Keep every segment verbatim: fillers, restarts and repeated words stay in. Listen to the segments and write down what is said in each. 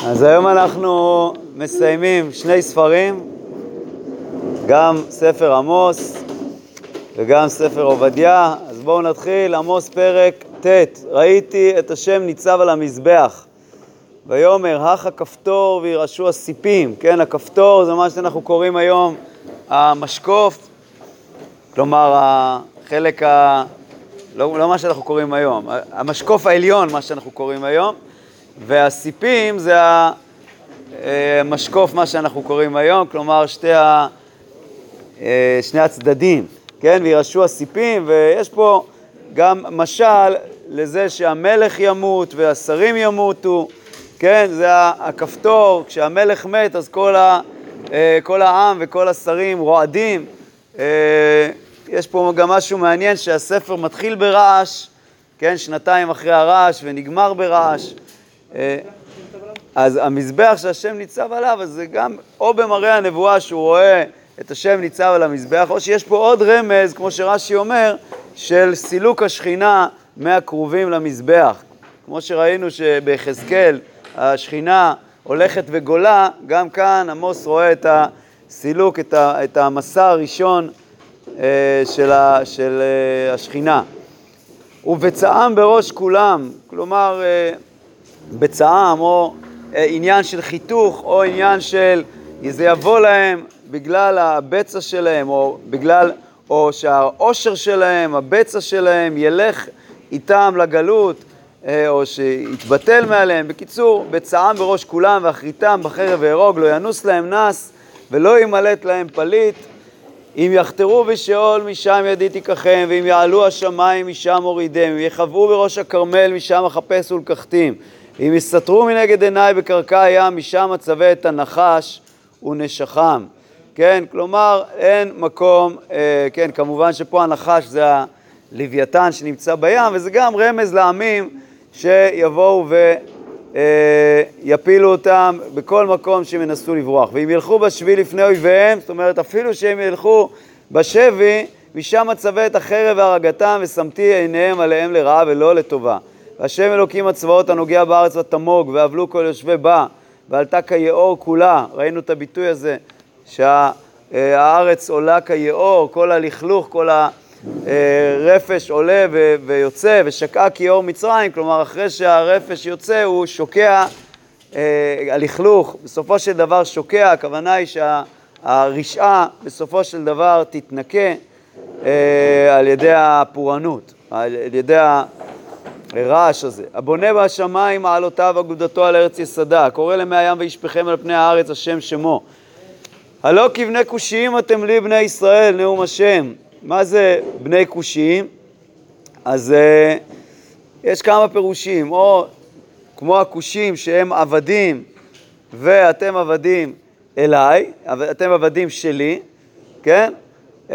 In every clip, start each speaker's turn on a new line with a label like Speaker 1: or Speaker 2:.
Speaker 1: אז היום אנחנו מסיימים שני ספרים, גם ספר עמוס וגם ספר עובדיה. אז בואו נתחיל. עמוס פרק ט'. ראיתי את השם ניצב על המזבח, ויאמר הך הכפתור וירעשו הסיפים. כן, הכפתור זה מה שאנחנו קוראים היום המשקוף, כלומר החלק ה... לא, לא מה שאנחנו קוראים היום, המשקוף העליון, מה שאנחנו קוראים היום, והסיפים זה המשקוף, מה שאנחנו קוראים היום, כלומר שתי ה... שני הצדדים, כן, וירעשו הסיפים. ויש פה גם משל לזה שהמלך ימות והשרים ימותו, כן, זה הכפתור. כשהמלך מת אז כל, ה... כל העם וכל השרים רועדים. יש פה גם משהו מעניין שהספר מתחיל ברעש, כן, שנתיים אחרי הרעש, ונגמר ברעש. אז המזבח שהשם ניצב עליו, אז זה גם או במראה הנבואה שהוא רואה את השם ניצב על המזבח, או שיש פה עוד רמז, כמו שרש"י אומר, של סילוק השכינה מהקרובים למזבח. כמו שראינו שביחזקאל השכינה הולכת וגולה, גם כאן עמוס רואה את הסילוק, את, ה, את המסע הראשון של, ה, של השכינה. ובצעם בראש כולם, כלומר בצעם או עניין של חיתוך או עניין של זה יבוא להם בגלל הבצע שלהם, או בגלל, או שהעושר שלהם, הבצע שלהם ילך איתם לגלות, או שיתבטל מעליהם. בקיצור, בצעם בראש כולם ואחריתם בחרב והרוג, לא ינוס להם נס ולא ימלט להם פליט. אם יחתרו בשאול משם ידי תיקחם, ואם יעלו השמיים משם הורידם, אם יחבאו בראש הכרמל משם אחפש ולקחתים, אם יסתתרו מנגד עיניי בקרקע הים משם אצווה את הנחש ונשכם. כן, כלומר אין מקום, אה, כן, כמובן שפה הנחש זה הלוויתן שנמצא בים, וזה גם רמז לעמים שיבואו ויפילו אותם בכל מקום שהם ינסו לברוח. ואם ילכו בשבי לפני אויביהם, זאת אומרת אפילו שהם ילכו בשבי, משם אצווה את החרב והרגתם, ושמתי עיניהם עליהם לרעה ולא לטובה. והשם אלוקים הצבאות הנוגע בארץ ותמוג, ואבלו כל יושבי בה, ועלתה כיאור כולה. ראינו את הביטוי הזה, שהארץ עולה כיאור, כל הלכלוך, כל הרפש עולה ויוצא, ושקעה כיאור מצרים. כלומר, אחרי שהרפש יוצא, הוא שוקע, הלכלוך בסופו של דבר שוקע. הכוונה היא שהרשעה בסופו של דבר תתנקה על ידי הפורענות, על ידי הרעש הזה. הבונה בשמיים מעלותיו אגודתו על ארץ יסדה, קורא למי הים וישפכם על פני הארץ השם שמו. הלא כבני כושיים אתם לי בני ישראל, נאום השם. מה זה בני כושיים? אז uh, יש כמה פירושים, או כמו הכושים שהם עבדים ואתם עבדים אליי, אתם עבדים שלי, כן? Uh,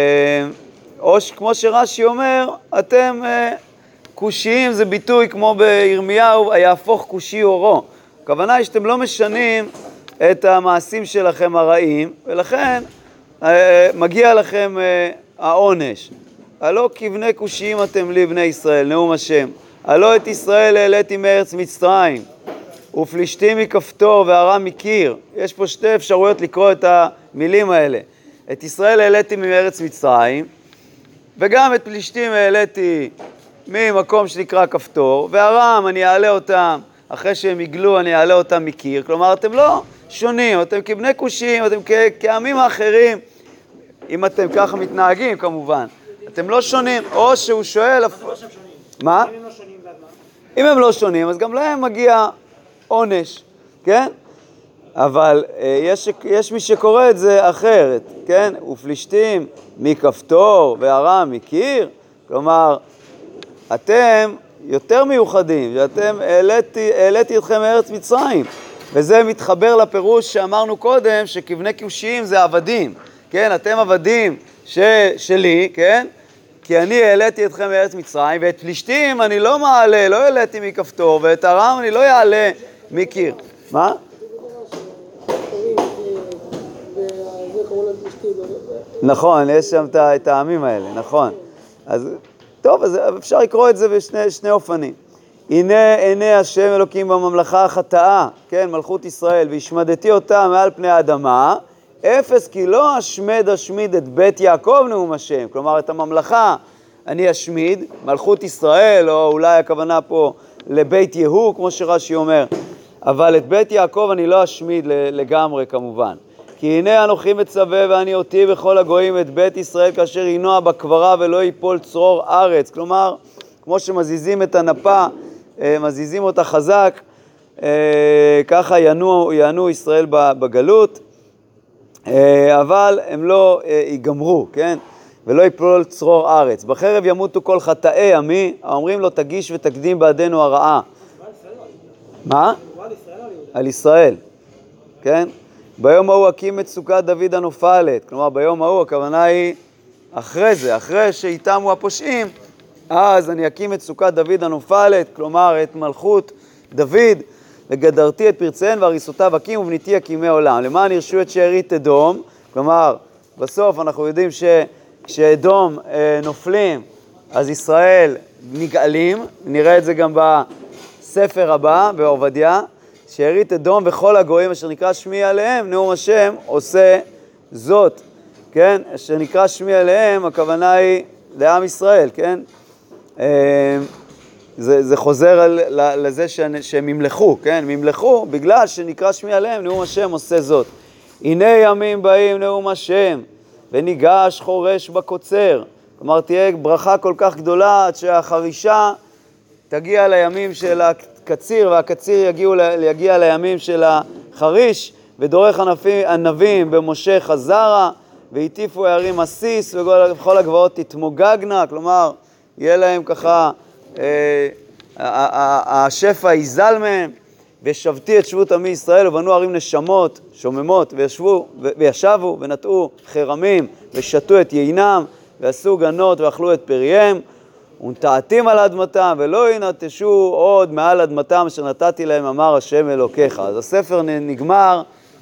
Speaker 1: או כמו שרש"י אומר, אתם uh, כושיים, זה ביטוי כמו בירמיהו, יהפוך כושי אורו. הכוונה היא שאתם לא משנים את המעשים שלכם הרעים, ולכן אה, מגיע לכם אה, העונש. הלא כבני כושיים אתם לי בני ישראל, נאום השם. הלא את ישראל העליתי מארץ מצרים, ופלישתים מכפתור וארם מקיר. יש פה שתי אפשרויות לקרוא את המילים האלה. את ישראל העליתי מארץ מצרים, וגם את פלישתים העליתי ממקום שנקרא כפתור, וארם אני אעלה אותם, אחרי שהם יגלו אני אעלה אותם מקיר. כלומר, אתם לא שונים, אתם כבני כושיים, אתם כ- כעמים האחרים, אם אתם ככה מתנהגים כמובן. אתם לא שונים, או שהוא שואל... אפ... מה? אם הם לא שונים, אם הם לא שונים, אז גם להם מגיע עונש, כן? אבל אה, יש, יש מי שקורא את זה אחרת, כן? ופלישתים מכפתור וארם מקיר, כלומר, אתם יותר מיוחדים, שאתם העליתי, העליתי אתכם מארץ מצרים. וזה מתחבר לפירוש שאמרנו קודם, שכבני כושיים זה עבדים, כן? אתם עבדים ש... שלי, כן? כי אני העליתי אתכם מארץ מצרים, ואת פלישתים אני לא מעלה, לא העליתי מכפתור, ואת ארם אני לא יעלה מקיר. מה? נכון, יש שם את העמים האלה, נכון. אז טוב, אז אפשר לקרוא את זה בשני שני אופנים. הנה עיני השם אלוקים בממלכה החטאה, כן, מלכות ישראל, והשמדתי אותה מעל פני האדמה, אפס כי לא אשמד אשמיד את בית יעקב נאום השם, כלומר את הממלכה אני אשמיד, מלכות ישראל, או אולי הכוונה פה לבית יהוא, כמו שרש"י אומר, אבל את בית יעקב אני לא אשמיד לגמרי כמובן. כי הנה אנוכי מצווה ואני אותי בכל הגויים את בית ישראל כאשר ינוע בקברה ולא ייפול צרור ארץ. כלומר, כמו שמזיזים את הנפה, מזיזים אותה חזק, ככה ינוע, ינוע ישראל בגלות, אבל הם לא ייגמרו, כן? ולא ייפול צרור ארץ. בחרב ימותו כל חטאי עמי, האומרים לו תגיש ותקדים בעדנו הרעה. מה? על ישראל, כן? ביום ההוא הקים את סוכת דוד הנופלת, כלומר ביום ההוא הכוונה היא אחרי זה, אחרי שאיתמו הפושעים, אז אני אקים את סוכת דוד הנופלת, כלומר את מלכות דוד, וגדרתי את פרציהן והריסותיו הקים ובניתי יקימי עולם. למען ירשו את שארית אדום, כלומר בסוף אנחנו יודעים שכשאדום אה, נופלים, אז ישראל נגאלים, נראה את זה גם בספר הבא, בעובדיה, שארית אדום וכל הגויים אשר נקרא שמי עליהם, נאום השם עושה זאת, כן? אשר נקרא שמי עליהם, הכוונה היא לעם ישראל, כן? זה, זה חוזר על, לזה שהם ימלכו, כן? הם ימלכו בגלל שנקרא שמי עליהם, נאום השם עושה זאת. הנה ימים באים נאום השם, וניגש חורש בקוצר. כלומר, תהיה ברכה כל כך גדולה עד שהחרישה תגיע לימים של הקציר, והקציר יגיעו, יגיע לימים של החריש, ודורך ענבים במשה חזרה, והטיפו הערים עסיס, וכל הגבעות תתמוגגנה, כלומר, יהיה להם ככה, אה, השפע יזל מהם, ושבתי את שבות עמי ישראל, ובנו ערים נשמות, שוממות, וישבו, וישבו, ונטעו חרמים, ושתו את יינם, ועשו גנות, ואכלו את פריהם, ונטעתים על אדמתם, ולא ינטשו עוד מעל אדמתם, אשר נתתי להם, אמר השם אלוקיך. אז הספר נגמר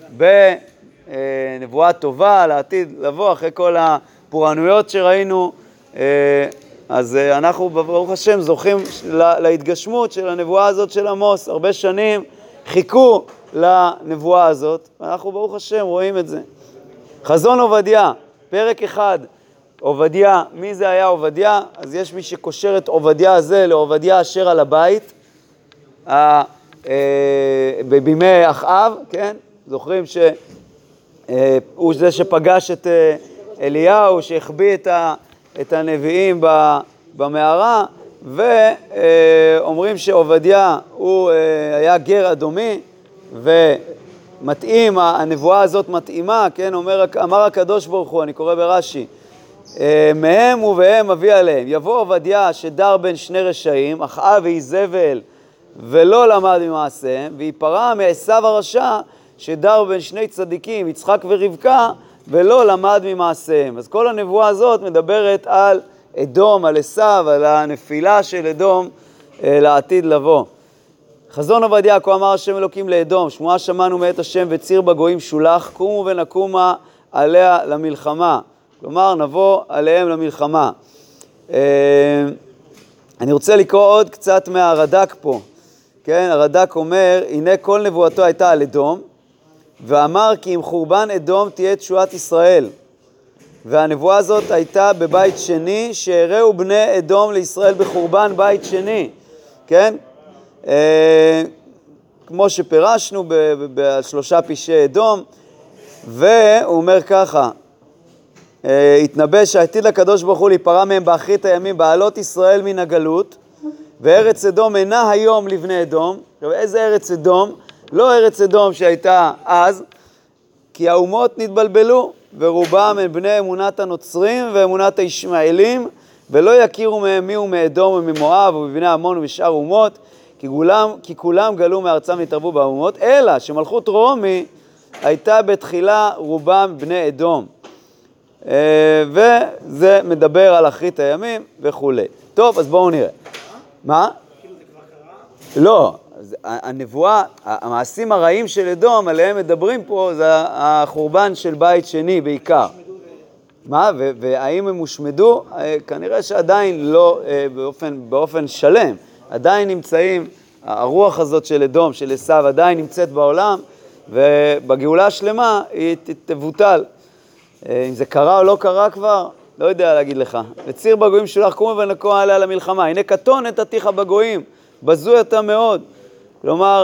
Speaker 1: בנבואה טובה, לעתיד לבוא, אחרי כל הפורענויות שראינו, אז אנחנו ברוך השם זוכים להתגשמות של הנבואה הזאת של עמוס. הרבה שנים חיכו לנבואה הזאת, ואנחנו ברוך השם רואים את זה. חזון עובדיה, פרק אחד, עובדיה, מי זה היה עובדיה? אז יש מי שקושר את עובדיה הזה לעובדיה אשר על הבית, אה, אה, בימי אחאב, כן? זוכרים שהוא אה, זה שפגש את אה, אליהו, שהחביא את, ה, את הנביאים במערה, ואומרים שעובדיה הוא אה, היה גר אדומי, ומתאים, הנבואה הזאת מתאימה, כן? אומר, אמר הקדוש ברוך הוא, אני קורא ברש"י, מהם ובהם אביא עליהם. יבוא עובדיה שדר בין שני רשעים, אחאב ואיזבל, ולא למד ממעשיהם, ויפרע מעשיו הרשע שדר בין שני צדיקים, יצחק ורבקה, ולא למד ממעשיהם. אז כל הנבואה הזאת מדברת על אדום, על עשיו, על הנפילה של אדום לעתיד לבוא. חזון עובדיה, כה אמר השם אלוקים לאדום, שמועה שמענו מאת השם וציר בגויים שולח, קומו ונקומה עליה למלחמה. כלומר, נבוא עליהם למלחמה. אני רוצה לקרוא עוד קצת מהרד"ק פה. כן, הרד"ק אומר, הנה כל נבואתו הייתה על אדום, ואמר כי עם חורבן אדום תהיה תשועת ישראל. והנבואה הזאת הייתה בבית שני, שהראו בני אדום לישראל בחורבן בית שני. כן? כמו שפירשנו בשלושה פשעי אדום, והוא אומר ככה, התנבא שהעתיד לקדוש ברוך הוא להיפרע מהם באחרית הימים בעלות ישראל מן הגלות, וארץ אדום אינה היום לבני אדום. איזה ארץ אדום? לא ארץ אדום שהייתה אז, כי האומות נתבלבלו, ורובם הם בני אמונת הנוצרים ואמונת הישמעאלים, ולא יכירו מהם מי הוא מאדום וממואב ובבני עמון ובשאר אומות, כי כולם, כי כולם גלו מארצם נתרבו באומות, אלא שמלכות רומי הייתה בתחילה רובם בני אדום. וזה מדבר על אחרית הימים וכו'. טוב, אז בואו נראה. מה? כאילו זה כבר קרה? לא, הנבואה, המעשים הרעים של אדום, עליהם מדברים פה, זה החורבן של בית שני בעיקר. מה? והאם הם הושמדו? כנראה שעדיין לא באופן, באופן שלם. עדיין נמצאים, הרוח הזאת של אדום, של עשיו, עדיין נמצאת בעולם, ובגאולה השלמה היא תבוטל. אם זה קרה או לא קרה כבר, לא יודע להגיד לך. וציר בגויים שולח קומה ונקום עליה למלחמה. הנה קטון את עתיך בגויים, בזוי אתה מאוד. כלומר,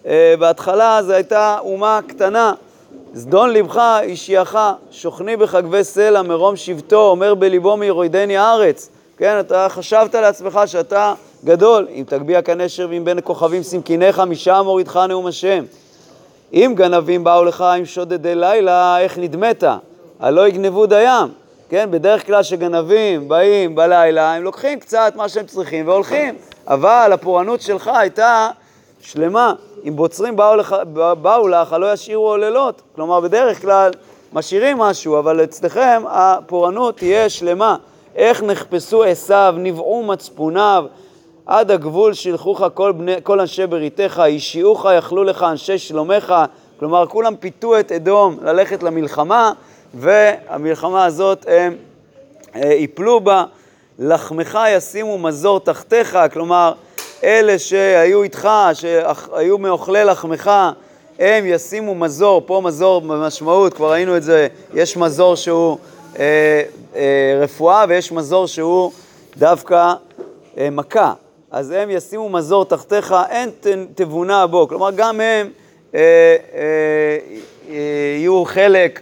Speaker 1: בהתחלה זו הייתה אומה קטנה, זדון לבך, אישייך, שוכני בחגבי סלע, מרום שבטו, אומר בליבו מירוידני הארץ. כן, אתה חשבת לעצמך שאתה גדול, אם תגביע כנשר ואם בין כוכבים סמכיניך, משם הורידך נאום השם. אם גנבים באו לך עם שודדי לילה, איך נדמת? הלא יגנבו דיים. כן, בדרך כלל שגנבים באים בלילה, הם לוקחים קצת מה שהם צריכים והולכים. אבל הפורענות שלך הייתה שלמה. אם בוצרים באו לך, באו לך, לא ישאירו לילות. כלומר, בדרך כלל משאירים משהו, אבל אצלכם הפורענות תהיה שלמה. איך נחפשו עשיו, נבעו מצפוניו, עד הגבול שלחוך כל, בני, כל אנשי בריתך, אישיוך יכלו לך אנשי שלומך. כלומר, כולם פיתו את אדום ללכת למלחמה, והמלחמה הזאת הם יפלו בה. לחמך ישימו מזור תחתיך, כלומר, אלה שהיו איתך, שהיו מאוכלי לחמך, הם ישימו מזור. פה מזור במשמעות, כבר ראינו את זה, יש מזור שהוא אה, אה, רפואה, ויש מזור שהוא דווקא אה, מכה. אז הם ישימו מזור תחתיך, אין תבונה בו. כלומר, גם הם אה, אה, אה, יהיו חלק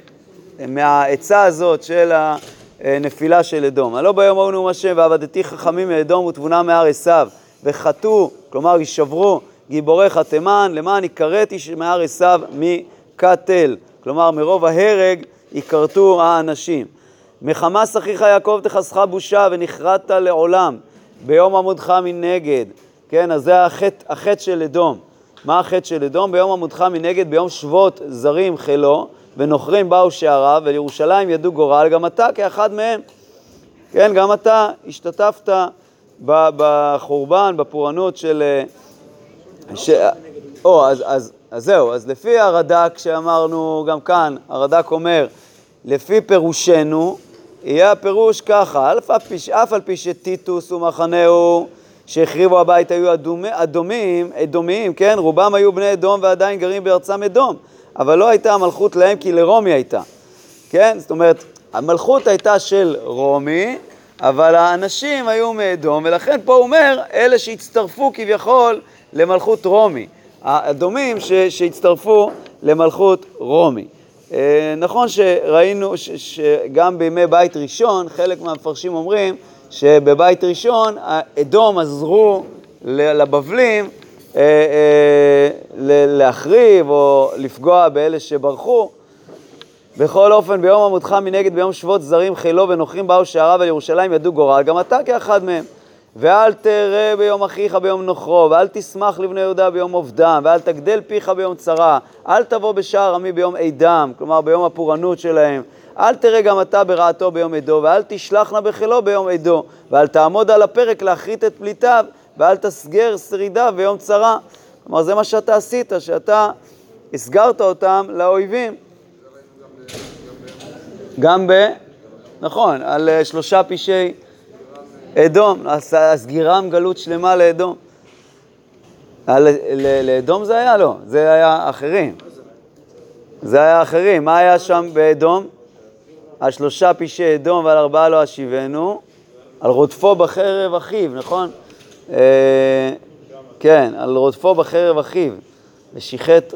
Speaker 1: מהעצה הזאת של הנפילה של אדום. הלא ביום ההוא נאום השם, ועבדתי חכמים מאדום ותבונה מהר עשיו, וחטאו, כלומר יישברו גיבוריך תימן, למען יקראתי מהר עשיו מקטל. כלומר, מרוב ההרג יקרתו האנשים. מחמס אחיך יעקב תחסך בושה ונחרדת לעולם, ביום עמודך מנגד. כן, אז זה החטא, החטא של אדום. מה החטא של אדום? ביום עמודך מנגד, ביום שבועות זרים חילו, ונוכרים באו שעריו, ולירושלים ידעו גורל, גם אתה כאחד מהם. כן, גם אתה השתתפת בחורבן, בפורענות של... ש... או, אז, אז, אז זהו, אז לפי הרד"ק שאמרנו גם כאן, הרד"ק אומר, לפי פירושנו, יהיה הפירוש ככה, אף, אף על פי שטיטוס ומחנהו שהחריבו הבית היו אדומי, אדומים, אדומיים, כן? רובם היו בני אדום ועדיין גרים בארצם אדום, אבל לא הייתה המלכות להם כי לרומי הייתה, כן? זאת אומרת, המלכות הייתה של רומי, אבל האנשים היו מאדום, ולכן פה הוא אומר, אלה שהצטרפו כביכול למלכות רומי, האדומים ש, שהצטרפו למלכות רומי. אה, נכון שראינו ש, שגם בימי בית ראשון, חלק מהמפרשים אומרים שבבית ראשון, האדום עזרו לבבלים אה, אה, להחריב או לפגוע באלה שברחו. בכל אופן, ביום עמודך מנגד, ביום שבועות זרים חילו ונוכרים באו שעריו על ירושלים ידעו גורל, גם אתה כאחד מהם. ואל תראה ביום אחיך ביום נוכרו, ואל תשמח לבני יהודה ביום עובדם, ואל תגדל פיך ביום צרה, אל תבוא בשער עמי ביום עידם, כלומר ביום הפורענות שלהם, אל תראה גם אתה ברעתו ביום עדו, ואל תשלחנה בחילו ביום עדו, ואל תעמוד על הפרק להחריט את פליטיו, ואל תסגר שרידיו ביום צרה. כלומר, זה מה שאתה עשית, שאתה הסגרת אותם לאויבים. גם ב... נכון, על שלושה פשעי אדום, הסגירם גלות שלמה לאדום. לאדום זה היה? לא, זה היה אחרים. זה היה אחרים. מה היה שם באדום? על שלושה פשעי אדום ועל ארבעה לא אשיבנו, על רודפו בחרב אחיו, נכון? כן, על רודפו בחרב אחיו, ושיחת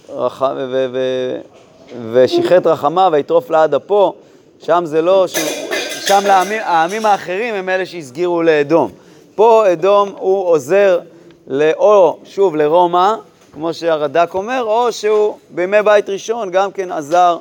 Speaker 1: ושיחת רחמה ויטרוף לעד אפו. שם זה לא, שם לעמים, העמים האחרים הם אלה שהסגירו לאדום. פה אדום הוא עוזר או שוב לרומא, כמו שהרד"ק אומר, או שהוא בימי בית ראשון גם כן עזר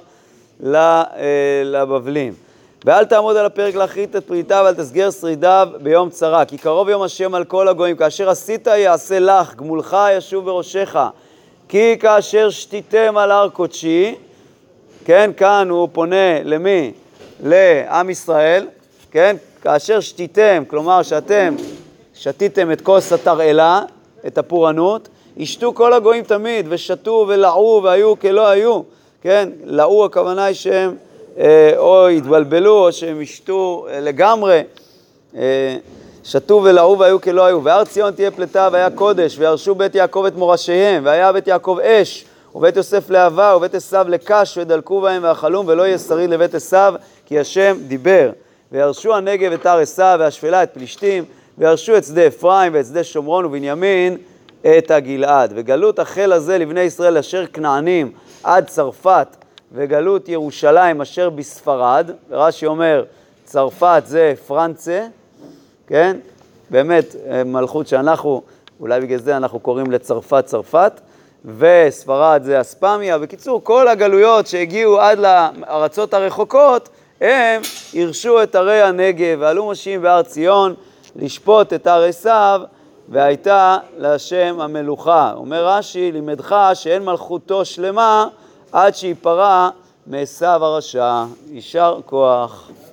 Speaker 1: לבבלים. ואל תעמוד על הפרק להחריט את פריטיו ואל תסגר שרידיו ביום צרה, כי קרוב יום השם על כל הגויים, כאשר עשית יעשה לך, גמולך ישוב בראשך, כי כאשר שתיתם על הר קודשי, כן, כאן הוא פונה למי? לעם ישראל, כן? כאשר שתיתם, כלומר שאתם שתיתם את כוס התרעלה, את הפורענות, ישתו כל הגויים תמיד, ושתו ולעו והיו כלא היו, כן? לעו הכוונה היא שהם אה, או התבלבלו או שהם ישתו אה, לגמרי, אה, שתו ולעו והיו כלא היו, והר ציון תהיה פלטה והיה קודש, וירשו בית יעקב את מורשיהם, והיה בית יעקב אש, ובית יוסף להבה, ובית עשיו לקש, ודלקו בהם ואכלום, ולא יהיה שריד לבית עשיו, כי השם דיבר. וירשו הנגב את הר עשיו, והשפלה את פלישתים, וירשו את שדה אפרים ואת שדה שומרון ובנימין את הגלעד. וגלות החל הזה לבני ישראל אשר כנענים עד צרפת, וגלות ירושלים אשר בספרד, ורש"י אומר, צרפת זה פרנצה, כן? באמת מלכות שאנחנו, אולי בגלל זה אנחנו קוראים לצרפת צרפת, וספרד זה אספמיה. בקיצור, כל הגלויות שהגיעו עד לארצות הרחוקות, הם ירשו את ערי הנגב, ועלו משיעים בהר ציון לשפוט את הר עשיו, והייתה להשם המלוכה. אומר רש"י, לימדך שאין מלכותו שלמה עד שיפרע מעשיו הרשע. יישר כוח.